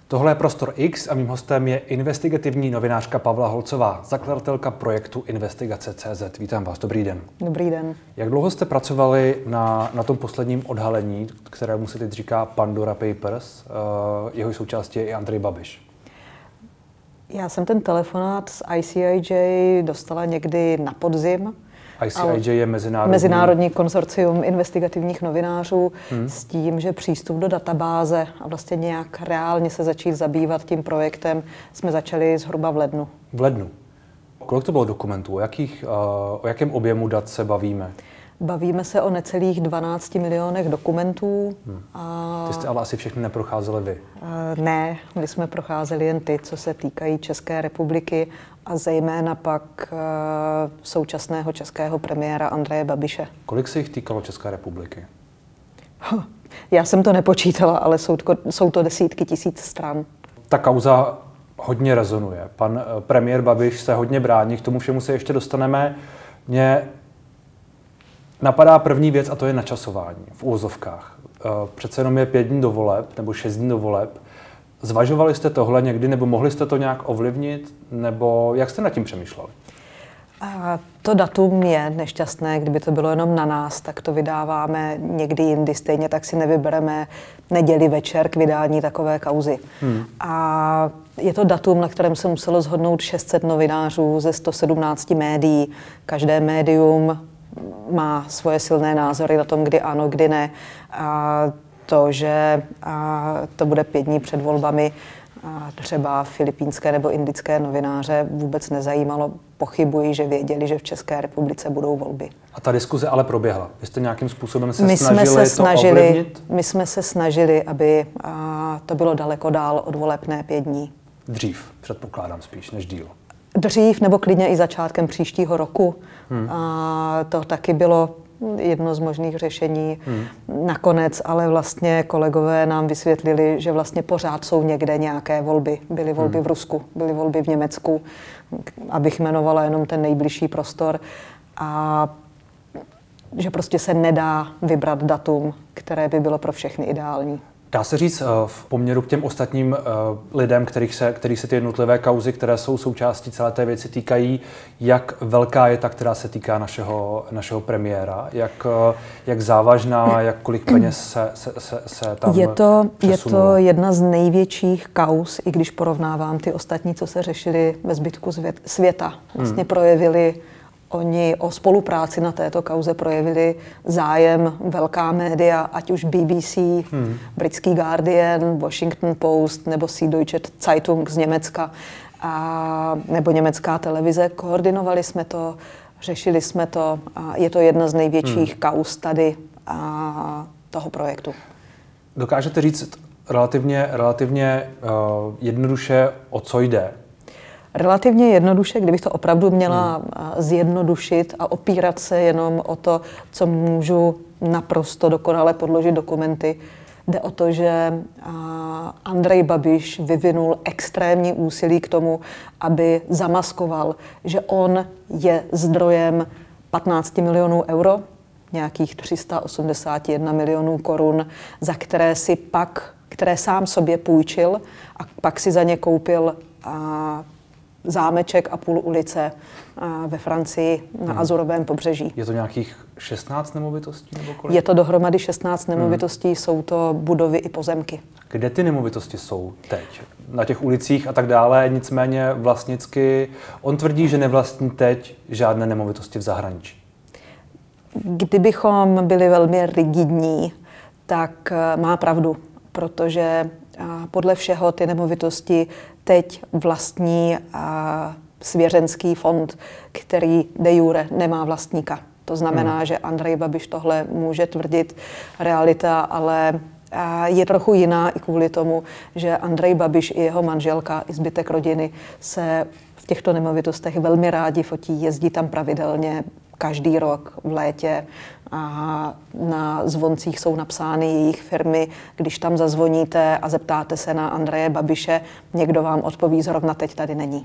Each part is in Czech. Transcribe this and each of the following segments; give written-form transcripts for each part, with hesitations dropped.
Tohle je Prostor X a mým hostem je investigativní novinářka Pavla Holcová, zakladatelka projektu Investigace.cz. Vítám vás, dobrý den. Dobrý den. Jak dlouho jste pracovali na tom posledním odhalení, kterému se teď říká Pandora Papers, jeho součástí je i Andrej Babiš? Já jsem ten telefonát z ICIJ dostala někdy na podzim. ICIJ je Mezinárodní konsorcium investigativních novinářů s tím, že přístup do databáze a vlastně nějak reálně se začít zabývat tím projektem jsme začali zhruba v lednu. V lednu. Kolik to bylo dokumentů? O jakém objemu dat se bavíme? Bavíme se o necelých 12 milionech dokumentů. Ty jste ale asi všechny neprocházeli vy. Ne, my jsme procházeli jen ty, co se týkají České republiky a zejména pak současného českého premiéra Andreje Babiše. Kolik se jich týkalo České republiky? Já jsem to nepočítala, ale jsou to desítky tisíc stran. Ta kauza hodně rezonuje. Pan premiér Babiš se hodně brání, k tomu všemu se ještě dostaneme. Mě napadá první věc a to je načasování v úvozovkách. Přece jenom je 5 dní do voleb nebo 6 dní do voleb. Zvažovali jste tohle někdy nebo mohli jste to nějak ovlivnit nebo jak jste nad tím přemýšleli? To datum je nešťastné, kdyby to bylo jenom na nás, tak to vydáváme někdy jindy. Stejně tak si nevybereme neděli večer k vydání takové kauzy. A je to datum, na kterém se muselo shodnout 600 novinářů ze 117 médií. Každé médium má svoje silné názory na tom, kdy ano, kdy ne. A to, že to bude 5 dní před volbami, třeba filipínské nebo indické novináře vůbec nezajímalo. Pochybuji, že věděli, že v České republice budou volby. A ta diskuze ale proběhla. Vy jste nějakým způsobem snažili ovlivnit? My jsme se snažili, aby to bylo daleko dál od voleb, ne 5 dní. Dřív, předpokládám spíš, než díl. Dřív nebo klidně i začátkem příštího roku. To taky bylo jedno z možných řešení nakonec, ale vlastně kolegové nám vysvětlili, že vlastně pořád jsou někde nějaké volby. Byly volby v Rusku, byly volby v Německu, abych jmenovala jenom ten nejbližší prostor. A že prostě se nedá vybrat datum, které by bylo pro všechny ideální. Dá se říct v poměru k těm ostatním lidem, kterých se ty jednotlivé kauzy, které jsou součástí celé té věci týkají, jak velká je ta, která se týká našeho premiéra, jak závažná, jak kolik peněz se tam Je to jedna z největších kauz, i když porovnávám ty ostatní, co se řešili ve zbytku světa. Vlastně projevili oni o spolupráci na této kauze projevili zájem velká média, ať už BBC, britský Guardian, Washington Post nebo Süddeutsche Zeitung z Německa nebo německá televize. Koordinovali jsme to, řešili jsme to a je to jedna z největších kauz tady toho projektu. Dokážete říct relativně jednoduše, o co jde? Relativně jednoduše, kdybych to opravdu měla zjednodušit a opírat se jenom o to, co můžu naprosto dokonale podložit dokumenty. Jde o to, že Andrej Babiš vyvinul extrémní úsilí k tomu, aby zamaskoval, že on je zdrojem 15 milionů euro, nějakých 381 milionů korun, za které sám sobě půjčil a pak si za ně koupil zámeček a půl ulice ve Francii na Azurovém pobřeží. Je to nějakých 16 nemovitostí nebo kolik? Je to dohromady 16 nemovitostí, jsou to budovy i pozemky. Kde ty nemovitosti jsou teď? Na těch ulicích a tak dále, nicméně vlastnicky on tvrdí, že nevlastní teď žádné nemovitosti v zahraničí. Kdybychom byli velmi rigidní, tak má pravdu, protože podle všeho ty nemovitosti teď vlastní svěřenský fond, který de jure nemá vlastníka. To znamená, že Andrej Babiš tohle může tvrdit, realita, ale je trochu jiná i kvůli tomu, že Andrej Babiš i jeho manželka i zbytek rodiny se v těchto nemovitostech velmi rádi fotí, jezdí tam pravidelně každý rok v létě a na zvoncích jsou napsány jejich firmy. Když tam zazvoníte a zeptáte se na Andreje Babiše, někdo vám odpoví, zrovna teď tady není.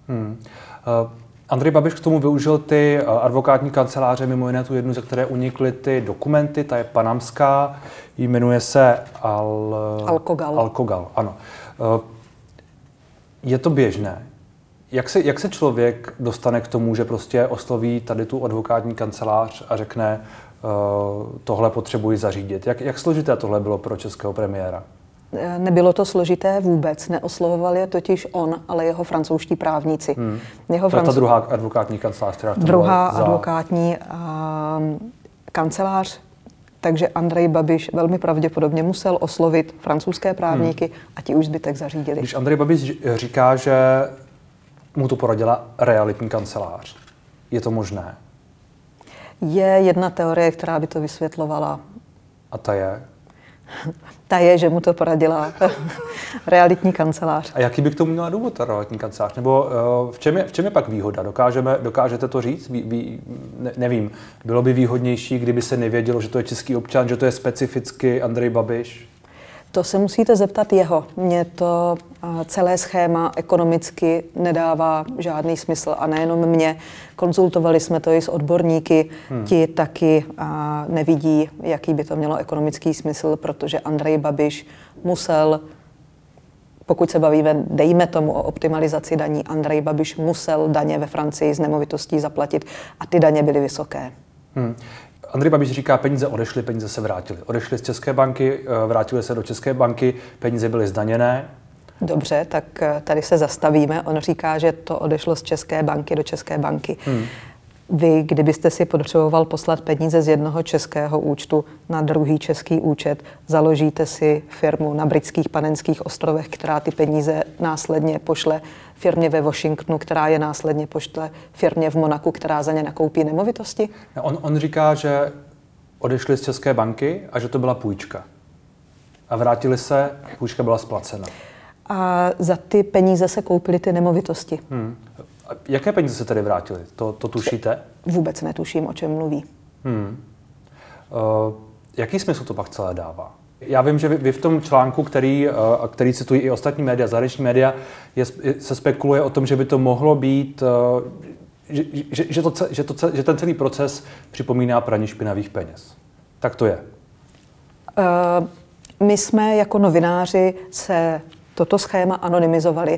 Andrej Babiš k tomu využil ty advokátní kanceláře, mimo jiné tu jednu, ze které unikly ty dokumenty, ta je panamská, jmenuje se Alcogal, ano. Je to běžné? Jak se člověk dostane k tomu, že prostě osloví tady tu advokátní kancelář a řekne, tohle potřebuji zařídit? Jak složité tohle bylo pro českého premiéra? Nebylo to složité vůbec. Neoslovoval je totiž on, ale jeho francouzští právníci. To je ta druhá advokátní kancelář, která Druhá advokátní kancelář, takže Andrej Babiš velmi pravděpodobně musel oslovit francouzské právníky a ti už zbytek zařídili. Když Andrej Babiš říká, že mu to poradila realitní kancelář, je to možné? Je jedna teorie, která by to vysvětlovala. A ta je? Ta je, že mu to poradila realitní kancelář. A jaký by k tomu měla důvod ta realitní kancelář? Nebo v čem je pak výhoda? Dokážete to říct? Nevím. Bylo by výhodnější, kdyby se nevědělo, že to je český občan, že to je specificky Andrej Babiš? To se musíte zeptat jeho. Mně to celé schéma ekonomicky nedává žádný smysl. A nejenom mě. Konzultovali jsme to i s odborníky. Ti taky nevidí, jaký by to mělo ekonomický smysl, protože Andrej Babiš musel, pokud se bavíme, dejme tomu o optimalizaci daní, Andrej Babiš musel daně ve Francii z nemovitostí zaplatit a ty daně byly vysoké. Andrej Babiš říká, peníze odešly, peníze se vrátily. Odešly z České banky, vrátily se do České banky, peníze byly zdaněné. Dobře, tak tady se zastavíme. On říká, že to odešlo z České banky do České banky. Vy, kdybyste si potřeboval poslat peníze z jednoho českého účtu na druhý český účet, založíte si firmu na Britských Panenských ostrovech, která ty peníze následně pošle firmě ve Washingtonu, která je následně pošle firmě v Monaku, která za ně nakoupí nemovitosti? On říká, že odešli z České banky a že to byla půjčka. A vrátili se, půjčka byla splacena. A za ty peníze se koupily ty nemovitosti. A jaké peníze se tedy vrátily? To tušíte? Vůbec netuším, o čem mluví. Jaký smysl to pak celé dává? Já vím, že vy v tom článku, který citují i ostatní média, zahraniční média, se spekuluje o tom, že by to mohlo být, že ten celý proces připomíná praní špinavých peněz. Tak to je. My jsme jako novináři se toto schéma anonymizovali.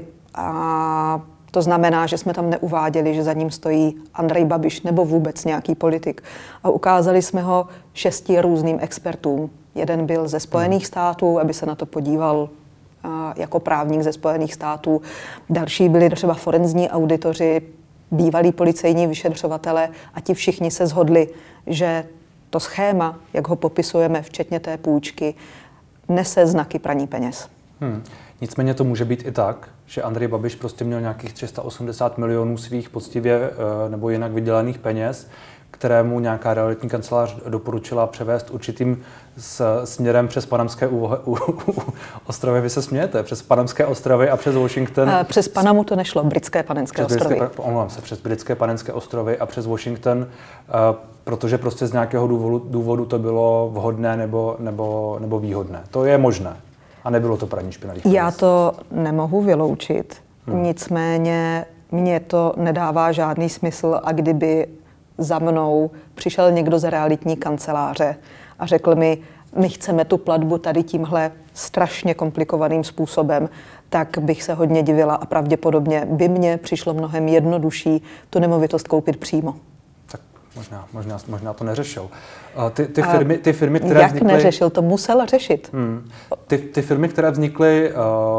A to znamená, že jsme tam neuváděli, že za ním stojí Andrej Babiš nebo vůbec nějaký politik. A ukázali jsme ho 6 různým expertům. Jeden byl ze Spojených států, aby se na to podíval jako právník ze Spojených států. Další byli třeba forenzní auditoři, bývalí policejní vyšetřovatelé a ti všichni se shodli, že to schéma, jak ho popisujeme, včetně té půjčky, nese znaky praní peněz. Nicméně to může být i tak, že Andrej Babiš prostě měl nějakých 380 milionů svých poctivě nebo jinak vydělaných peněz, kterému nějaká realitní kancelář doporučila převést určitým směrem přes Panamské ostrovy. Vy se smějete, přes Panamské ostrovy a přes Washington. Přes Panamu to nešlo, Britské Panenské ostrovy. Omlouvám se, přes Britské Panenské ostrovy a přes Washington, protože prostě z nějakého důvodu to bylo vhodné nebo výhodné. To je možné. A nebylo to praní špinavých peněz. Já to nemohu vyloučit. Nicméně mně to nedává žádný smysl a kdyby za mnou přišel někdo z realitní kanceláře a řekl mi, my chceme tu platbu tady tímhle strašně komplikovaným způsobem, tak bych se hodně divila a pravděpodobně by mně přišlo mnohem jednodušší tu nemovitost koupit přímo. Tak možná to neřešil. Ty firmy, které jak vznikly... neřešil? To musel řešit. Ty firmy, které vznikly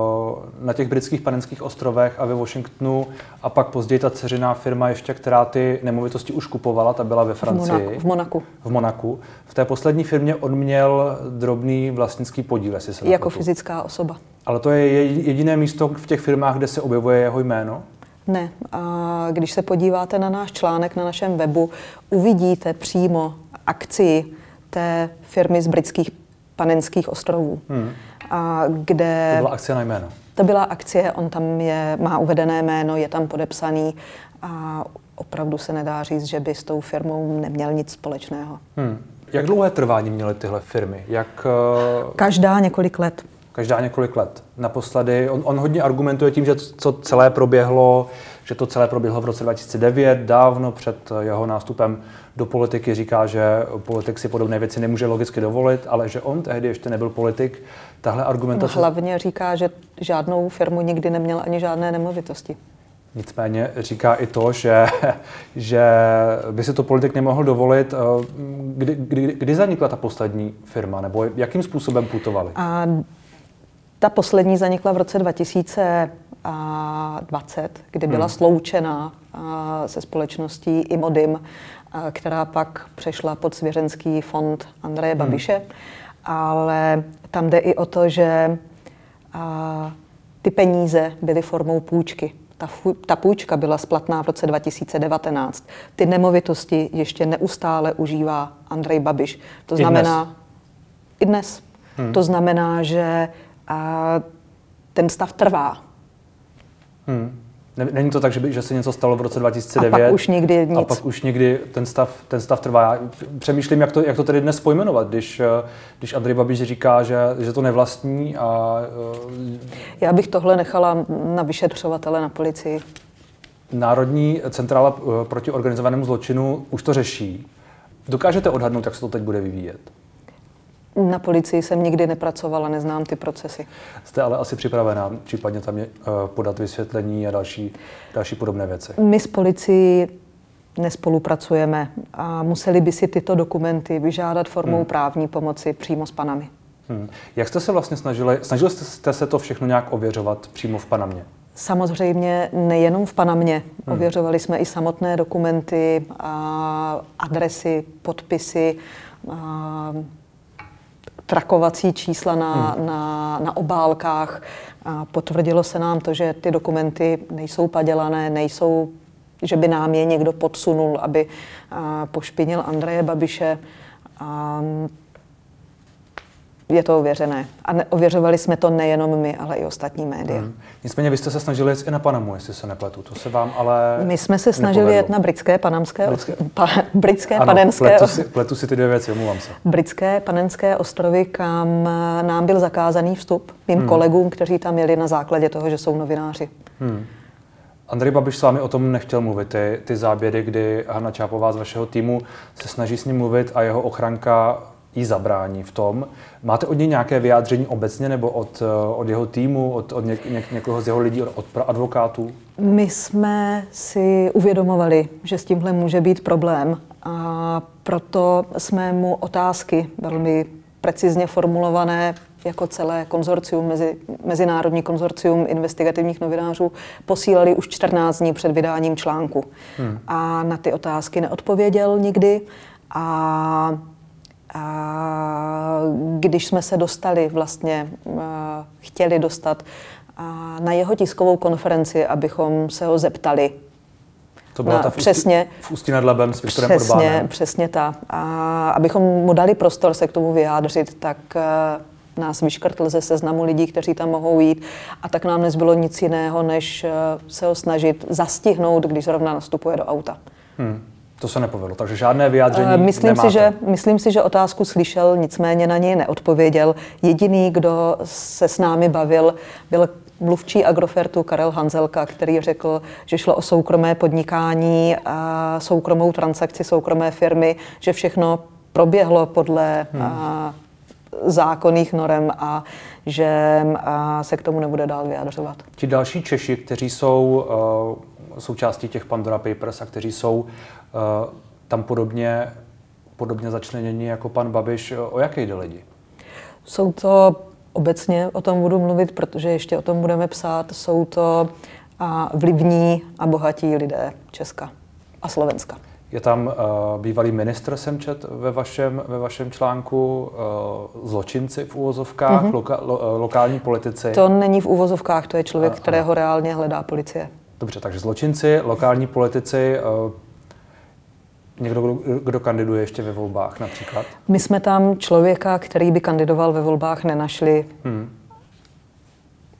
na těch Britských Panenských ostrovech a ve Washingtonu a pak později ta dceřiná firma ještě, která ty nemovitosti už kupovala, ta byla ve Francii. V Monaku. V té poslední firmě on měl drobný vlastnický podíl, jestli se jako fyzická osoba. Ale to je jediné místo v těch firmách, kde se objevuje jeho jméno? Ne. A když se podíváte na náš článek na našem webu, uvidíte přímo akcii té firmy z Britských Panenských ostrovů. A kde... To byla akcie na jméno? To byla akcie, on tam má uvedené jméno, je tam podepsaný a opravdu se nedá říct, že by s tou firmou neměl nic společného. Jak dlouhé trvání měly tyhle firmy? Každá několik let. každá několik let. Naposledy, on hodně argumentuje tím, že to celé proběhlo v roce 2009, dávno před jeho nástupem do politiky. Říká, že politik si podobné věci nemůže logicky dovolit, ale že on tehdy ještě nebyl politik. Tahle argumentace... Hlavně říká, že žádnou firmu nikdy neměl ani žádné nemovitosti. Nicméně říká i to, že by si to politik nemohl dovolit. Kdy zanikla ta poslední firma, nebo jakým způsobem putovali? A ta poslední zanikla v roce 2020, kdy byla sloučena se společností Imodim, která pak přešla pod svěřenský fond Andreje Babiše. Ale tam jde i o to, že ty peníze byly formou půjčky. Ta půjčka byla splatná v roce 2019. Ty nemovitosti ještě neustále užívá Andrej Babiš. To znamená i dnes. To znamená, že ten stav trvá. Není to tak, že se něco stalo v roce 2009 a pak už nikdy nic. A pak už nikdy ten stav trvá. Já přemýšlím, jak to tedy dnes pojmenovat, když Andrej Babiš říká, že to nevlastní. Já bych tohle nechala na vyšetřovatele, na policii. Národní centrála proti organizovanému zločinu už to řeší. Dokážete odhadnout, jak se to teď bude vyvíjet? Na policii jsem nikdy nepracovala, neznám ty procesy. Jste ale asi připravená případně tam podat vysvětlení a další podobné věci? My s policií nespolupracujeme a museli by si tyto dokumenty vyžádat formou právní pomoci přímo s Panamy. Jak jste se vlastně snažili jste se to všechno nějak ověřovat přímo v Panamě? Samozřejmě nejenom v Panamě. Ověřovali jsme i samotné dokumenty, adresy, podpisy, trakovací čísla na obálkách. Potvrdilo se nám to, že ty dokumenty nejsou padělané, že by nám je někdo podsunul, aby pošpinil Andreje Babiše. Je to ověřené. A ověřovali jsme to nejenom my, ale i ostatní média. Nicméně vy jste se snažili jet i na Panamu, jestli se nepletu. To se vám ale my jsme se snažili jet na britské, panenské pletu si ty dvě věci, omlouvám se. Britské, panenské ostrovy, kam nám byl zakázaný vstup mým kolegům, kteří tam jeli na základě toho, že jsou novináři. Andrej Babiš s vámi o tom nechtěl mluvit. Ty záběry, kdy Hana Čápová z vašeho týmu se snaží s ním mluvit a jeho ochranka jí zabrání v tom. Máte od něj nějaké vyjádření obecně nebo od jeho týmu, od někoho z jeho lidí, od advokátů? My jsme si uvědomovali, že s tímhle může být problém, a proto jsme mu otázky velmi precizně formulované jako celé konzorcium, mezinárodní konzorcium investigativních novinářů posílali už 14 dní před vydáním článku. A na ty otázky neodpověděl nikdy. A když jsme se chtěli dostat na jeho tiskovou konferenci, abychom se ho zeptali. To byla ta v Ústí nad Labem s Viktorem Orbánem. Přesně ta. A abychom mu dali prostor se k tomu vyjádřit, tak nás vyškrtl ze seznamu lidí, kteří tam mohou jít. A tak nám nezbylo nic jiného, než se ho snažit zastihnout, když zrovna nastupuje do auta. To se nepovedlo, takže žádné vyjádření nemáte. Myslím si, že otázku slyšel, nicméně na něj neodpověděl. Jediný, kdo se s námi bavil, byl mluvčí Agrofertu Karel Hanzelka, který řekl, že šlo o soukromé podnikání, soukromou transakci soukromé firmy, že všechno proběhlo podle zákonných norem a že se k tomu nebude dál vyjadřovat. Ti další Češi, kteří jsou součástí těch Pandora Papers a kteří jsou tam podobně začleněni jako pan Babiš, o jaké jde lidi? Jsou to, obecně o tom budu mluvit, protože ještě o tom budeme psát, jsou to vlivní a bohatí lidé Česka a Slovenska. Je tam bývalý ministr, jsem četl ve vašem článku, zločinci v uvozovkách, lokální politici. To není v uvozovkách, to je člověk, kterého reálně hledá policie. Dobře, takže zločinci, lokální politici, někdo, kdo kandiduje ještě ve volbách například? My jsme tam člověka, který by kandidoval ve volbách, nenašli.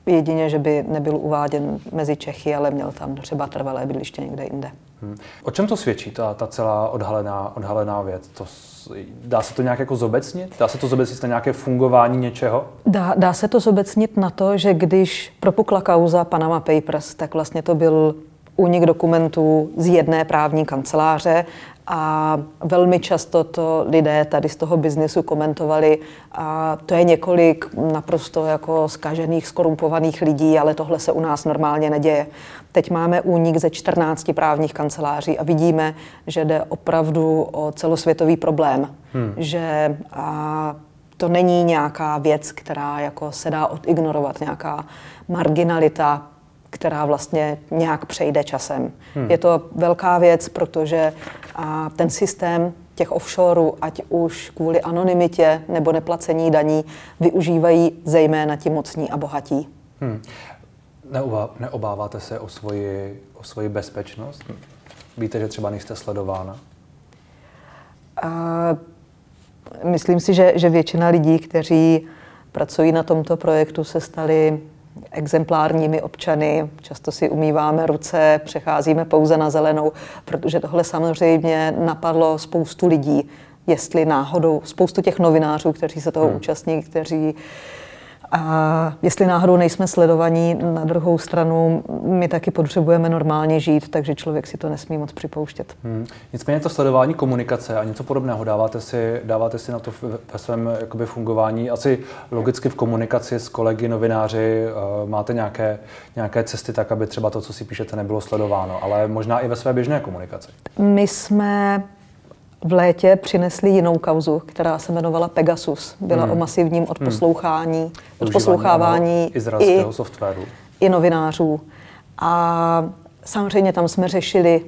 Jedině, že by nebyl uváděn mezi Čechy, ale měl tam třeba trvalé bydliště někde jinde. O čem to svědčí, ta celá odhalená věc? Dá se to nějak jako zobecnit? Dá se to zobecnit na nějaké fungování něčeho? Dá se to zobecnit na to, že když propukla kauza Panama Papers, tak vlastně to byl únik dokumentů z jedné právní kanceláře a velmi často to lidé tady z toho biznesu komentovali. A to je několik naprosto jako zkažených, skorumpovaných lidí, ale tohle se u nás normálně neděje. Teď máme únik ze 14 právních kanceláří a vidíme, že jde opravdu o celosvětový problém. Že to není nějaká věc, která jako se dá odignorovat, nějaká marginalita, která vlastně nějak přejde časem. Je to velká věc, protože ten systém těch offshoreů, ať už kvůli anonymitě nebo neplacení daní, využívají zejména ti mocní a bohatí. Neobáváte se o svoji bezpečnost? Víte, že třeba nejste sledována? Myslím si, že většina lidí, kteří pracují na tomto projektu, se stali exemplárními občany. Často si umýváme ruce, přecházíme pouze na zelenou, protože tohle samozřejmě napadlo spoustu lidí, jestli náhodou, spoustu těch novinářů, kteří se toho účastní, jestli náhodou nejsme sledovaní. Na druhou stranu my taky potřebujeme normálně žít, takže člověk si to nesmí moc připouštět. Nicméně to sledování komunikace a něco podobného dáváte si na to ve svém jakoby fungování. Asi logicky v komunikaci s kolegy, novináři máte nějaké cesty tak, aby třeba to, co si píšete, nebylo sledováno, ale možná i ve své běžné komunikaci. My jsme v létě přinesli jinou kauzu, která se jmenovala Pegasus. Byla o masivním odposlouchávání izraelského softwaru i novinářů. A samozřejmě tam jsme řešili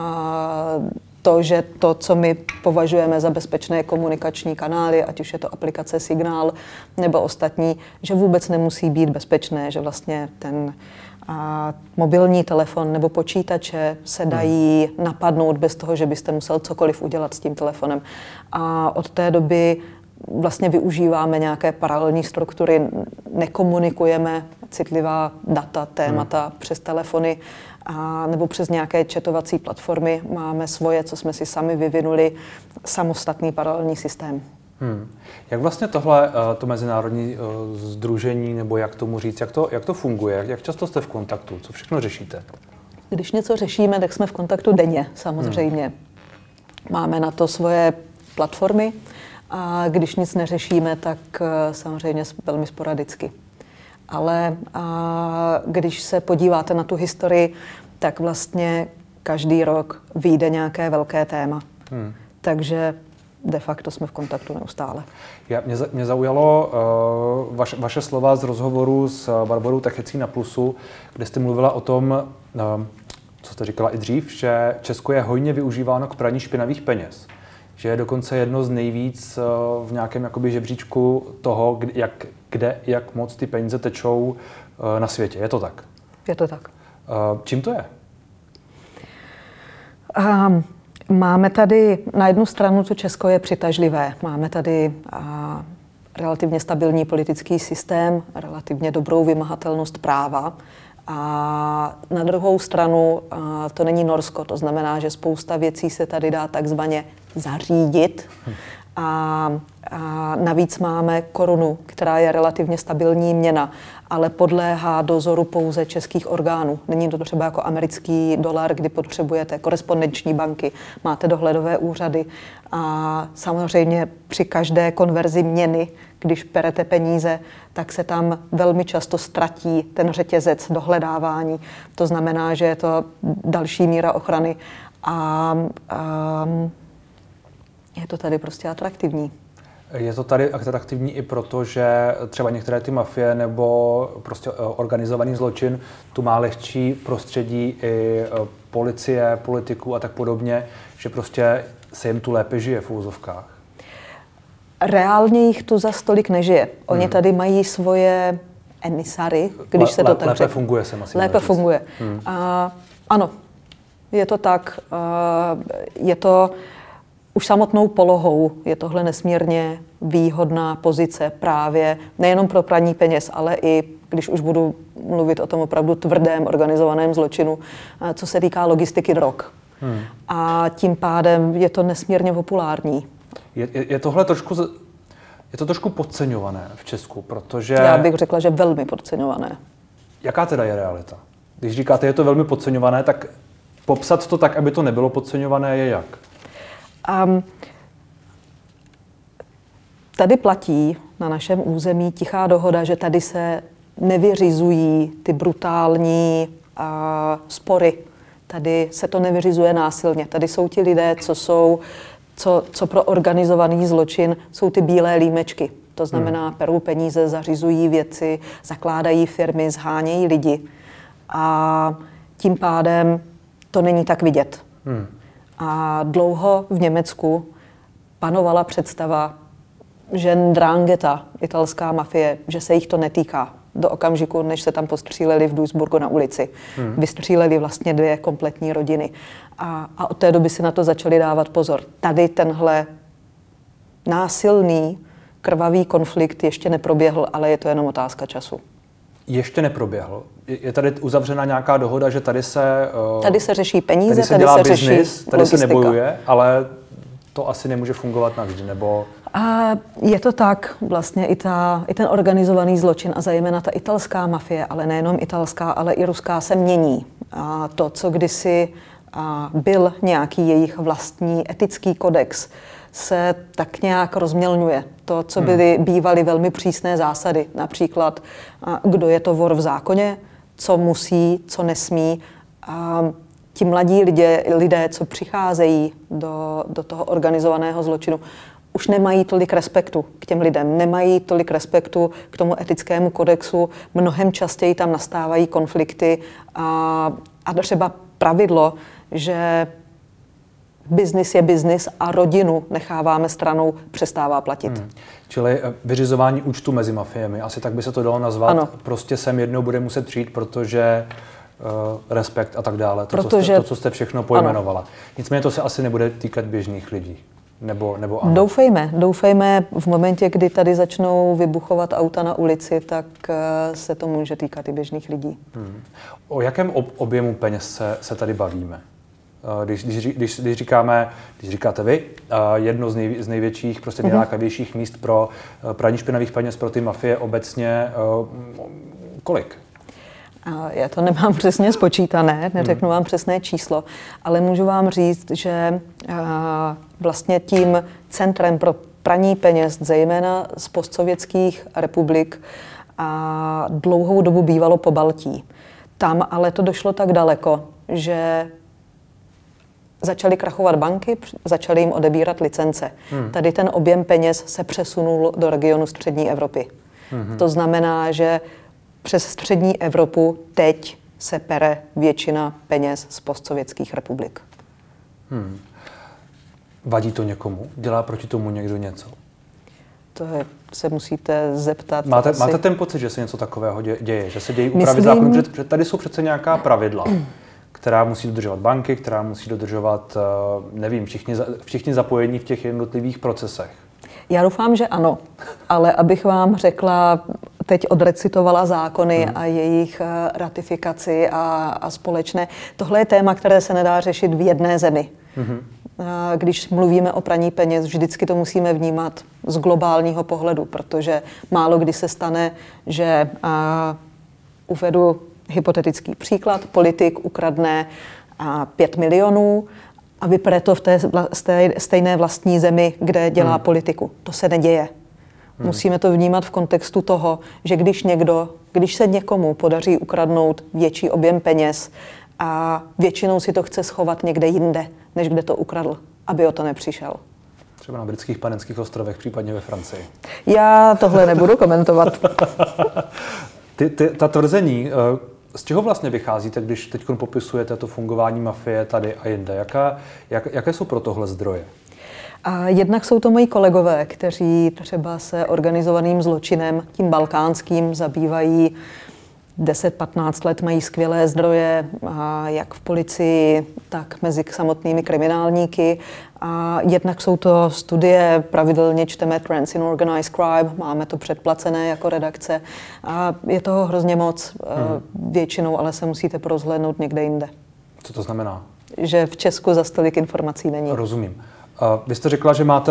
to, že to, co my považujeme za bezpečné komunikační kanály, ať už je to aplikace Signál nebo ostatní, že vůbec nemusí být bezpečné, že vlastně ten mobilní telefon nebo počítače se dají napadnout bez toho, že byste musel cokoliv udělat s tím telefonem. A od té doby vlastně využíváme nějaké paralelní struktury, nekomunikujeme citlivá data, témata přes telefony nebo přes nějaké chatovací platformy. Máme svoje, co jsme si sami vyvinuli, samostatný paralelní systém. Jak vlastně tohle, to mezinárodní sdružení, nebo jak tomu říct, jak to funguje? Jak často jste v kontaktu? Co všechno řešíte? Když něco řešíme, tak jsme v kontaktu denně, samozřejmě. Máme na to svoje platformy a když nic neřešíme, tak samozřejmě velmi sporadicky. Ale když se podíváte na tu historii, tak vlastně každý rok vyjde nějaké velké téma. Takže de facto jsme v kontaktu neustále. Mě zaujalo vaše slova z rozhovoru s Barborou Techecí na Plusu, kde jste mluvila o tom, co jste říkala i dřív, že Česko je hojně využíváno k praní špinavých peněz. Že je dokonce jedno z nejvíc v nějakém jakoby žebříčku toho, jak moc ty peníze tečou na světě. Je to tak? Je to tak. Čím to je? Máme tady na jednu stranu, to Česko je přitažlivé. Máme tady relativně stabilní politický systém, relativně dobrou vymahatelnost práva. A na druhou stranu to není Norsko, to znamená, že spousta věcí se tady dá takzvaně zařídit. A navíc máme korunu, která je relativně stabilní měna, ale podléhá dozoru pouze českých orgánů. Není to třeba jako americký dolar, kdy potřebujete korespondenční banky, máte dohledové úřady. A samozřejmě při každé konverzi měny, když perete peníze, tak se tam velmi často ztratí ten řetězec dohledávání. To znamená, že je to další míra ochrany a je to tady prostě atraktivní. Je to tady atraktivní i proto, že třeba některé ty mafie nebo prostě organizovaný zločin tu má lehčí prostředí i policie, politiků a tak podobně, že prostě se jim tu lépe žije v úvozovkách. Reálně jich tu zas tolik nežije. Oni tady mají svoje emisary, když se to tak lépe funguje se masivně. Lépe funguje. Ano, je to tak. Je to už samotnou polohou. Je tohle nesmírně výhodná pozice právě nejenom pro praní peněz, ale i když už budu mluvit o tom opravdu tvrdém organizovaném zločinu, co se týká logistiky drog. A tím pádem je to nesmírně populární. Je to trošku podceňované v Česku, protože... Já bych řekla, že velmi podceňované. Jaká teda je realita? Když říkáte, je to velmi podceňované, tak popsat to tak, aby to nebylo podceňované, je jak? Tady platí na našem území tichá dohoda, že tady se nevyřizují ty brutální spory. Tady se to nevyřizuje násilně. Tady jsou ti lidé, co pro organizovaný zločin jsou ty bílé límečky. To znamená, perou peníze, zařizují věci, zakládají firmy, zhánějí lidi. A tím pádem to není tak vidět. A dlouho v Německu panovala představa, že Ndrangheta, italská mafie, že se jich to netýká. Do okamžiku, než se tam postříleli v Duisburgu na ulici. Vystříleli vlastně 2 kompletní rodiny. A od té doby si na to začali dávat pozor. Tady tenhle násilný, krvavý konflikt ještě neproběhl, ale je to jenom otázka času. Ještě neproběhl. Je tady uzavřena nějaká dohoda, že tady se... Tady se řeší peníze, tady se dělá řeší business, tady logistika. se nebojuje, ale to asi nemůže fungovat navždy, nebo... A je to tak, vlastně i ten organizovaný zločin a zejména ta italská mafie, ale nejenom italská, ale i ruská se mění. A to, co kdysi byl nějaký jejich vlastní etický kodex, se tak nějak rozmělňuje. To, co bývaly velmi přísné zásady, například kdo je to vor v zákoně, co musí, co nesmí. Ti mladí lidé, co přicházejí do toho organizovaného zločinu, už nemají tolik respektu k těm lidem, nemají tolik respektu k tomu etickému kodexu, mnohem častěji tam nastávají konflikty a třeba pravidlo, že biznis je biznis a rodinu necháváme stranou, přestává platit. Čili vyřizování účtu mezi mafiemi, asi tak by se to dalo nazvat. Ano. Prostě sem jednou bude muset přijít, protože respekt a tak dále. To, co jste všechno pojmenovala. Ano. Nicméně to se asi nebude týkat běžných lidí. Nebo ano. Doufejme, v momentě, kdy tady začnou vybuchovat auta na ulici, tak se to může týkat i běžných lidí. O jakém objemu peněz se tady bavíme? Když říkáte vy, jedno z největších, prostě nejlákavějších míst pro praní špinavých peněz pro ty mafie obecně, kolik? Já to nemám přesně spočítané, neřeknu vám přesné číslo, ale můžu vám říct, že vlastně tím centrem pro praní peněz, zejména z postsovětských republik, dlouhou dobu bývalo Pobaltí. Tam ale to došlo tak daleko, že začaly krachovat banky, začaly jim odebírat licence. Tady ten objem peněz se přesunul do regionu střední Evropy. To znamená, že přes střední Evropu teď se pere většina peněz z postsovětských republik. Vadí to někomu? Dělá proti tomu někdo něco? Se musíte zeptat. Máte ten pocit, že se něco takového děje? Že se dějí úpravy zákonů? Protože tady jsou přece nějaká pravidla, která musí dodržovat banky, která musí dodržovat, nevím, všichni zapojení v těch jednotlivých procesech. Já doufám, že ano, ale abych vám řekla, teď odrecitovala zákony a jejich ratifikaci a společné. Tohle je téma, které se nedá řešit v jedné zemi. Když mluvíme o praní peněz, vždycky to musíme vnímat z globálního pohledu, protože málo kdy se stane, že uvedu hypotetický příklad, politik ukradne 5 milionů a vypere to v té stejné vlastní zemi, kde dělá politiku. To se neděje. Musíme to vnímat v kontextu toho, že když se někomu podaří ukradnout větší objem peněz a většinou si to chce schovat někde jinde, než kde to ukradl, aby o to nepřišel. Třeba na britských Panenských ostrovech, případně ve Francii. Já tohle nebudu komentovat. Ta tvrzení, z čeho vlastně vycházíte, když teď popisujete to fungování mafie tady a jinde? Jaké jsou pro tohle zdroje? A jednak jsou to moji kolegové, kteří třeba se organizovaným zločinem, tím balkánským, zabývají 10-15 let mají skvělé zdroje, jak v policii, tak mezi samotnými kriminálníky. A jednak jsou to studie, pravidelně čteme Trends in Organized Crime, máme to předplacené jako redakce. A je toho hrozně moc, většinou ale se musíte porozhlédnout někde jinde. Co to znamená? Že v Česku zas tolik informací není. Rozumím. Vy jste řekla, že máte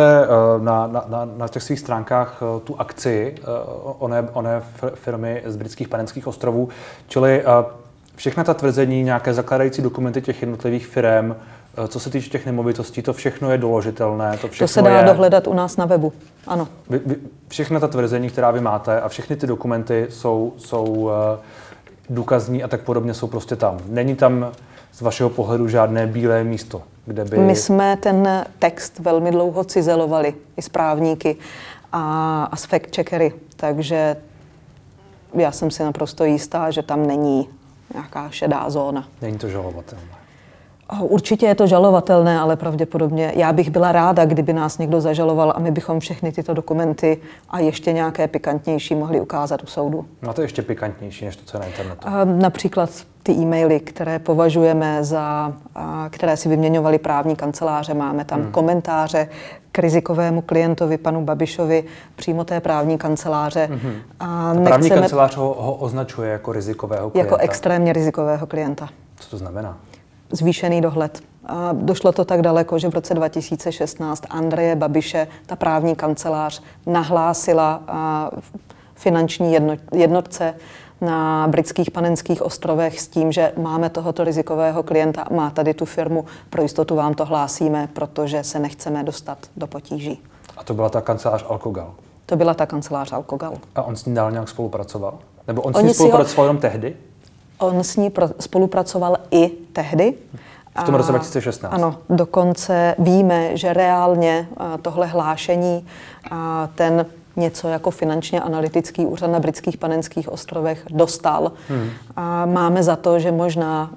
na těch svých stránkách tu akci oné firmy z Britských Panenských ostrovů, čili všechna ta tvrzení, nějaké zakládající dokumenty těch jednotlivých firem, co se týče těch nemovitostí, to všechno je doložitelné. To se dá dohledat u nás na webu, ano. Všechna ta tvrzení, která vy máte a všechny ty dokumenty jsou důkazní a tak podobně, jsou prostě tam. Není tam z vašeho pohledu žádné bílé místo, kde by... My jsme ten text velmi dlouho cizelovali i s právníky a s fact-checkery, takže já jsem si naprosto jistá, že tam není nějaká šedá zóna. Není to žalovatelné? Určitě je to žalovatelné, ale pravděpodobně já bych byla ráda, kdyby nás někdo zažaloval a my bychom všechny tyto dokumenty a ještě nějaké pikantnější mohli ukázat u soudu. No to je ještě pikantnější, než to, co je na internetu. Například ty e-maily, které považujeme za, které si vyměňovaly právní kanceláře. Máme tam komentáře k rizikovému klientovi, panu Babišovi, přímo té právní kanceláře. A právní kancelář ho označuje jako rizikového klienta? Jako extrémně rizikového klienta. Co to znamená? Zvýšený dohled. A došlo to tak daleko, že v roce 2016 Andreje Babiše, ta právní kancelář, nahlásila finanční jednotce na Britských Panenských ostrovech s tím, že máme tohoto rizikového klienta, má tady tu firmu, pro jistotu vám to hlásíme, protože se nechceme dostat do potíží. A to byla ta kancelář Alcogal? To byla ta kancelář Alcogal. A on s ní dál nějak spolupracoval? Nebo on s ní spolupracoval jenom tehdy? On s ní spolupracoval i tehdy. V tom roce 2016? Ano, dokonce víme, že reálně tohle hlášení, ten něco jako finančně analytický úřad na Britských Panenských ostrovech dostal. A máme za to, že možná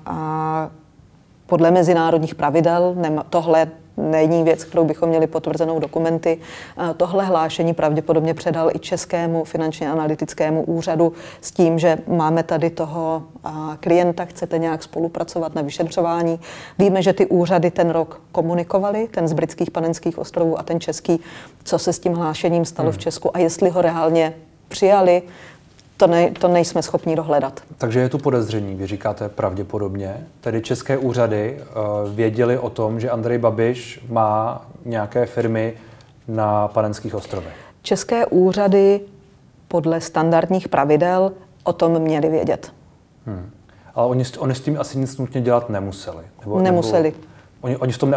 podle mezinárodních pravidel, tohle není věc, kterou bychom měli potvrzenou dokumenty, tohle hlášení pravděpodobně předal i Českému finančně analytickému úřadu s tím, že máme tady toho klienta, chcete nějak spolupracovat na vyšetřování. Víme, že ty úřady ten rok komunikovaly, ten z Britských Panenských ostrovů a ten český, co se s tím hlášením stalo v Česku a jestli ho reálně přijali, to nejsme schopni dohledat. Takže je tu podezření, vy říkáte pravděpodobně. Tedy české úřady věděly o tom, že Andrej Babiš má nějaké firmy na Panenských ostrovech. České úřady podle standardních pravidel o tom měli vědět. Ale oni s tím asi nic nutně dělat nemuseli. Nemuseli. Oni v tom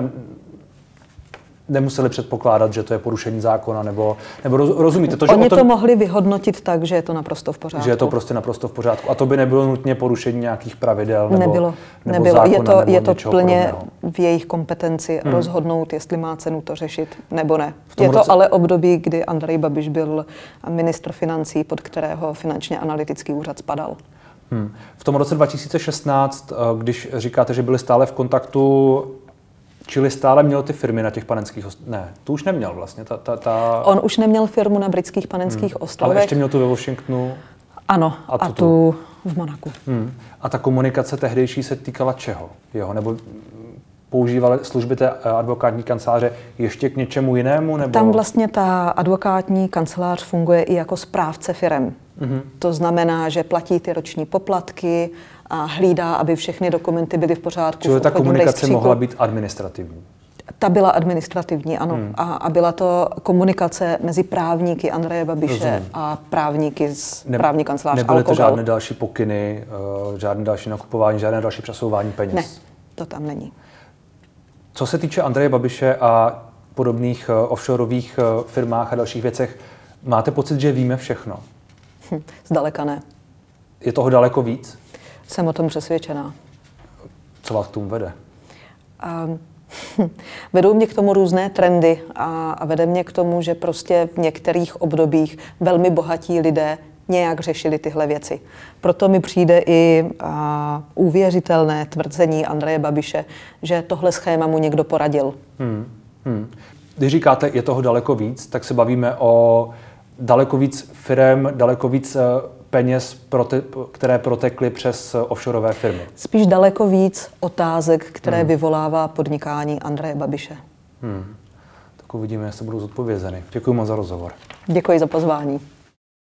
nemuseli předpokládat, že to je porušení zákona, nebo rozumíte to, že oni to mohli vyhodnotit tak, že je to naprosto v pořádku. Že je to prostě naprosto v pořádku. A to by nebylo nutně porušení nějakých pravidel nebo nebylo. Zákona, je to plně podobného. v jejich kompetenci rozhodnout, jestli má cenu to řešit nebo ne. Je to ale období, kdy Andrej Babiš byl ministr financí, pod kterého finančně analytický úřad spadal. V tom roce 2016, když říkáte, že byli stále v kontaktu, čili stále měl ty firmy na těch Panenských ostrovech? Ne, to už neměl vlastně. On už neměl firmu na Britských Panenských ostrovech. Ale ještě měl tu ve Washingtonu. Ano, a tu v Monaku. A ta komunikace tehdejší se týkala čeho? Nebo používali služby té advokátní kanceláře ještě k něčemu jinému? Nebo? Tam vlastně ta advokátní kancelář funguje i jako správce firem. To znamená, že platí ty roční poplatky a hlídá, aby všechny dokumenty byly v pořádku. Čili ta komunikace mohla být administrativní? Ta byla administrativní, ano. A byla to komunikace mezi právníky Andreje Babiše a právníky z právní kanceláře Alcogal. Nebyly to žádné další pokyny, žádné další nakupování, žádné další přesouvání peněz? Ne, to tam není. Co se týče Andreje Babiše a podobných offshoreových firmách a dalších věcech, máte pocit, že víme všechno? Zdaleka ne. Je toho daleko víc? Jsem o tom přesvědčená. Co vás k tomu vede? Vedou mě k tomu různé trendy a vede mě k tomu, že prostě v některých obdobích velmi bohatí lidé nějak řešili tyhle věci. Proto mi přijde i uvěřitelné tvrzení Andreje Babiše, že tohle schéma mu někdo poradil. Když říkáte, je toho daleko víc, tak se bavíme o daleko víc firem, daleko víc peněz, které protekly přes offshoreové firmy? Spíš daleko víc otázek, které vyvolává podnikání Andreje Babiše. Tak uvidíme, jestli budou zodpovězeny. Děkuji moc za rozhovor. Děkuji za pozvání.